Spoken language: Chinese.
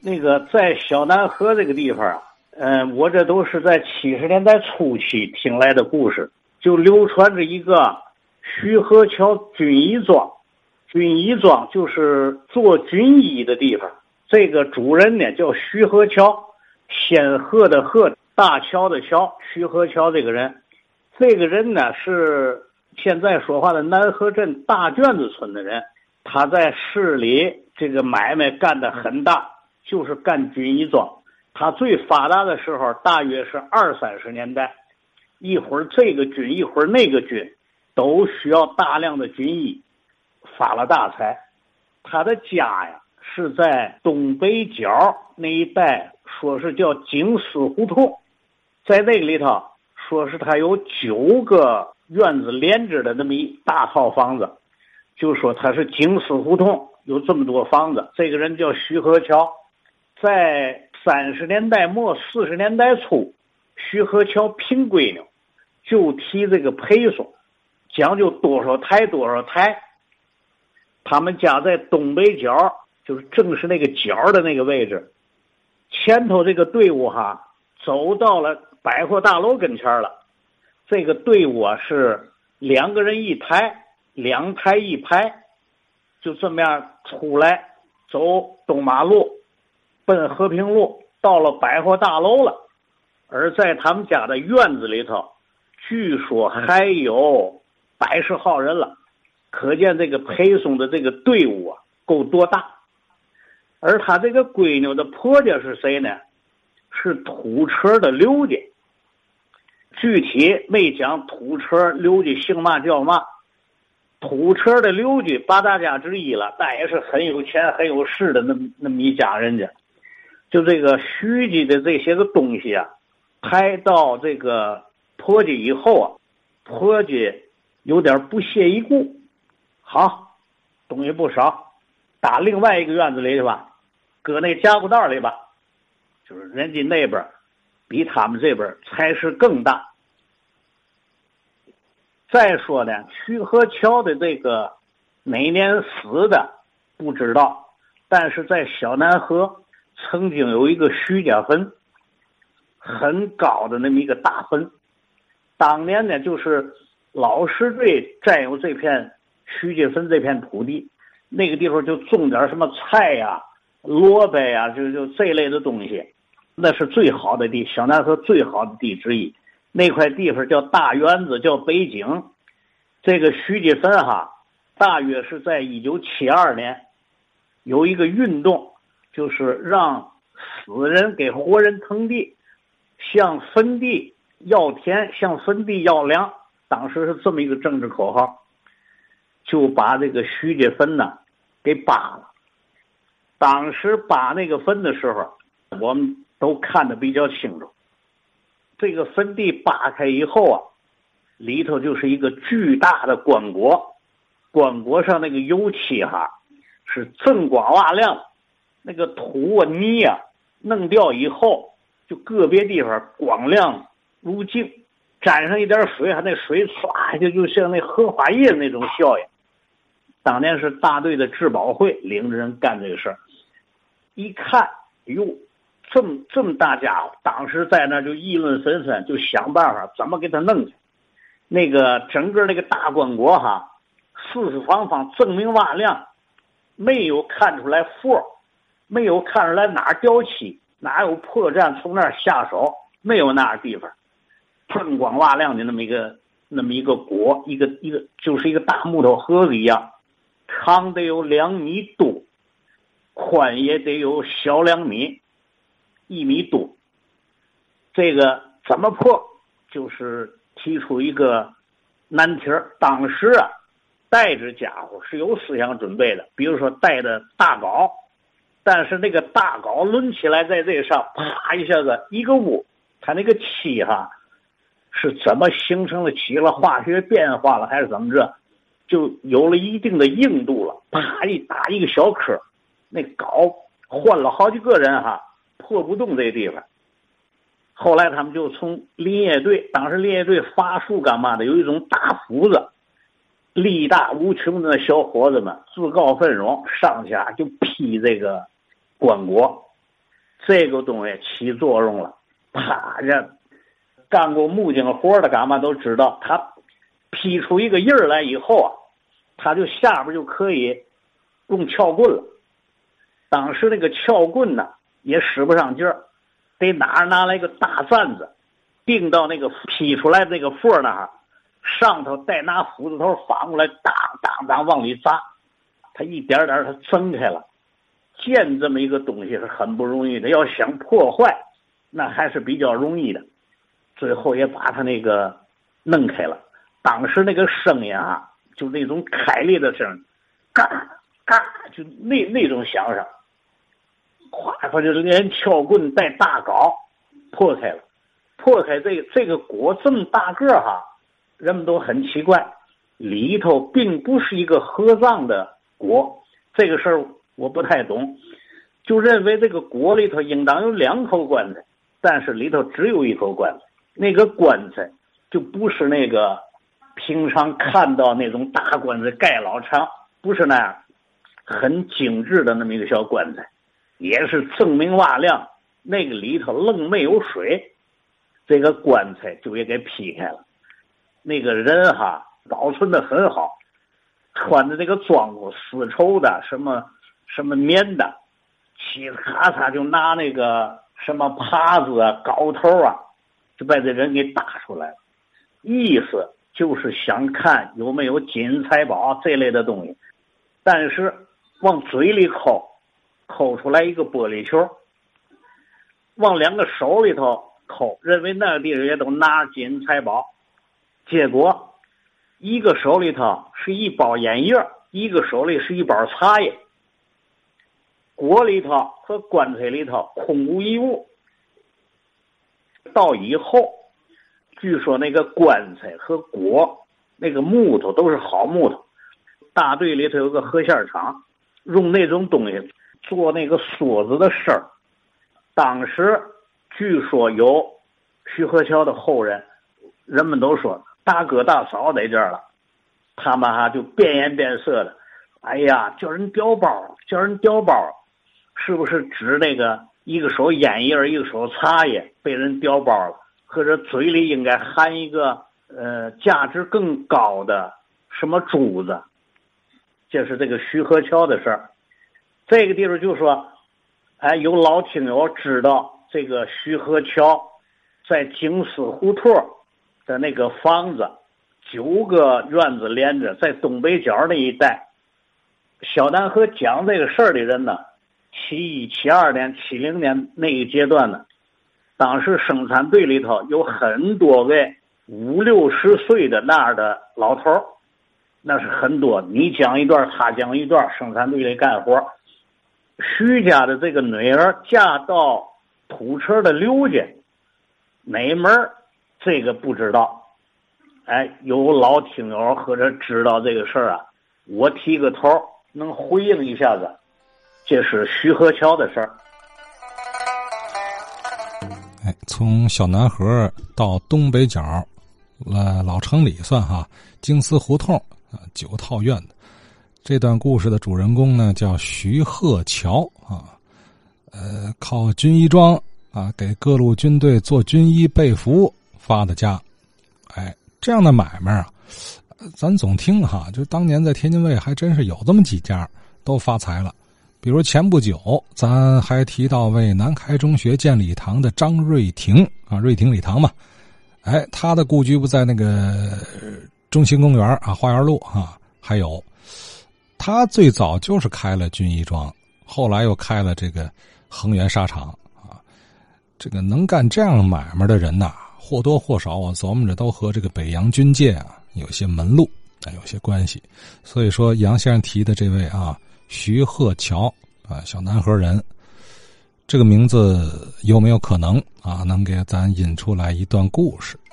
在小南河这个地方啊，我这都是在70年代初期听来的故事，就流传着一个徐河桥军医庄。军医庄就是做军医的地方，这个主人呢叫徐河桥，仙鹤的鹤，大桥的桥，徐河桥这个人。这个人呢是现在说话的南河镇大圈子村的人，他在市里这个买卖干得很大，就是干军医庄。他最发达的时候大约是20-30年代，一会儿这个军一会儿那个军，都需要大量的军医，发了大财。他的家呀是在东北角那一带，说是叫京四胡同，在那个里头说是他有9个院子连着的那么一大套房子，就说他是京四胡同有这么多房子。这个人叫徐河桥，在30年代末40年代初，徐河桥聘闺女就提这个陪送，讲究多少台多少台。他们家在东北角，就是正是那个角的那个位置，前头这个队伍哈走到了百货大楼跟前了。这个队伍啊是2个人一台，2台一排，就这么样出来，走东马路奔和平路，到了百货大楼了。而在他们家的院子里头，据说还有100号人了，可见这个陪送的这个队伍啊够多大。而他这个闺女的婆家是谁呢？是土车的刘家，具体没讲土车刘家姓嘛叫嘛。土车的刘家8大家之一了，但也是很有钱很有势的那么一家人家。就这个徐家的这些个东西啊，抬到这个婆家以后啊，婆家有点不屑一顾，好，东西不少，打另外一个院子里去吧，搁那夹骨袋里吧。就是人家那边比他们这边才是更大。再说呢，徐河桥的这个哪年死的不知道，但是在小南河曾经有一个徐家坟，很高的那么一个大坟。当年呢就是老石队占有这片徐家坟这片土地，那个地方就种点什么菜呀、萝卜呀，就这类的东西，那是最好的地，小南河最好的地之一。那块地方叫大园子，叫北井。这个徐家坟哈，大约是在1972年有一个运动，就是让死人给活人腾地，向坟地要田，向坟地要粮，当时是这么一个政治口号，就把这个徐家坟呢给扒了。当时扒那个坟的时候，我们都看得比较清楚。这个坟地扒开以后啊，里头就是一个巨大的棺椁，棺椁上那个油漆哈是锃光瓦亮，那个土啊泥啊弄掉以后，就个别地方光亮如镜，沾上一点水，还那水唰就像那荷花叶那种效应。当年是大队的治保会领着人干这个事儿，一看，哟，这么大家伙，当时在那就议论纷纷，就想办法怎么给他弄去。那个整个那个大棺椁哈，四四方方，锃明瓦亮，没有看出来缝，没有看出来哪儿掉漆，哪有破绽从那儿下手，没有那儿地方，锃光瓦亮的那么一个椁，一个就是一个大木头盒子一样，长得有2米多，宽也得有小2米，1米多。这个怎么破？就是提出一个难题儿。当时啊，带着家伙是有思想准备的，比如说带的大镐，但是那个大镐抡起来在这上，啪一下子一个屋，它那个漆哈是怎么形成了起了化学变化了，还是怎么着，就有了一定的硬度了，啪一打一个小颗，那镐换了好几个人哈，破不动这地方。后来他们就从林业队，当时林业队伐树干嘛的，有一种大斧子，力大无穷的小伙子们自告奋勇上下就劈这个棺椁， 这个东西起作用了。这干过木匠活的干嘛都知道，他劈出一个印儿来以后啊，他就下边就可以用撬棍了。当时那个撬棍呢也使不上劲儿，得拿来一个大簪子钉到那个劈出来的那个缝那儿，上头再拿斧子头反过来当当当往里砸，它一点点它增开了。建这么一个东西是很不容易的，要想破坏那还是比较容易的。最后也把它那个弄开了，当时那个声音啊，就那种开裂的声，嘎嘎，就那种响声，哗，就连撬棍带大镐破开了。破开这个锅这么大个哈，人们都很奇怪，里头并不是一个合葬的锅，这个事儿我不太懂，就认为这个锅里头应当有2口棺材，但是里头只有1口棺材。那个棺材就不是那个平常看到那种大棺材盖老长，不是那样，很精致的那么一个小棺材，也是锃明瓦亮，那个里头愣没有水，这个棺材就也给劈开了。那个人哈保存的很好，穿的那个装服丝绸的什么棉的，嘁咔嚓就拿那个什么耙子啊镐头啊就把这人给打出来了，意思就是想看有没有金银财宝这类的东西，但是往嘴里抠出来一个玻璃球，往2个手里头抠，认为那个地方也都拿金银财宝，结果一个手里头是一包烟叶，一个手里是一包茶叶，锅里头和棺材里头空无一物。到以后据说那个棺材和锅那个木头都是好木头，大队里头有个河线厂，用那种东西做那个梭子的声儿。当时据说有徐河桥的后人，人们都说大哥大嫂在这儿了，他们就变颜变色的，哎呀叫人掉包，是不是指那个一个手烟叶一个手茶叶被人掉包了，或者嘴里应该含一个价值更高的什么珠子，这是这个徐河桥的事儿。这个地方就说有老听友知道这个徐河桥在京四胡同的那个房子9个院子连着，在东北角那一带。小南河讲这个事儿的人呢，71、72年、70年那个阶段呢，当时生产队里头有很多位50、60岁的那样的老头，那是很多，你讲一段他讲一段，生产队里干活。徐家的这个女儿嫁到土城的刘家，哪门这个不知道。有老听友或者知道这个事儿我提个头能回应一下子，这是徐河桥的事儿。 从小南河到东北角老城里算京四胡同9套院子。这段故事的主人公呢叫徐鹤桥靠军医庄给各路军队做军医被服发的家。这样的买卖咱总听就当年在天津卫还真是有这么几家都发财了。比如前不久咱还提到为南开中学建礼堂的张瑞亭瑞亭礼堂嘛，他的故居不在那个中心公园花园路还有他最早就是开了军医庄，后来又开了这个恒源纱厂这个能干这样买卖的人或多或少我琢磨着都和这个北洋军界有些门路有些关系。所以说杨先生提的这位徐鹤桥小南河人，这个名字有没有可能能给咱引出来一段故事？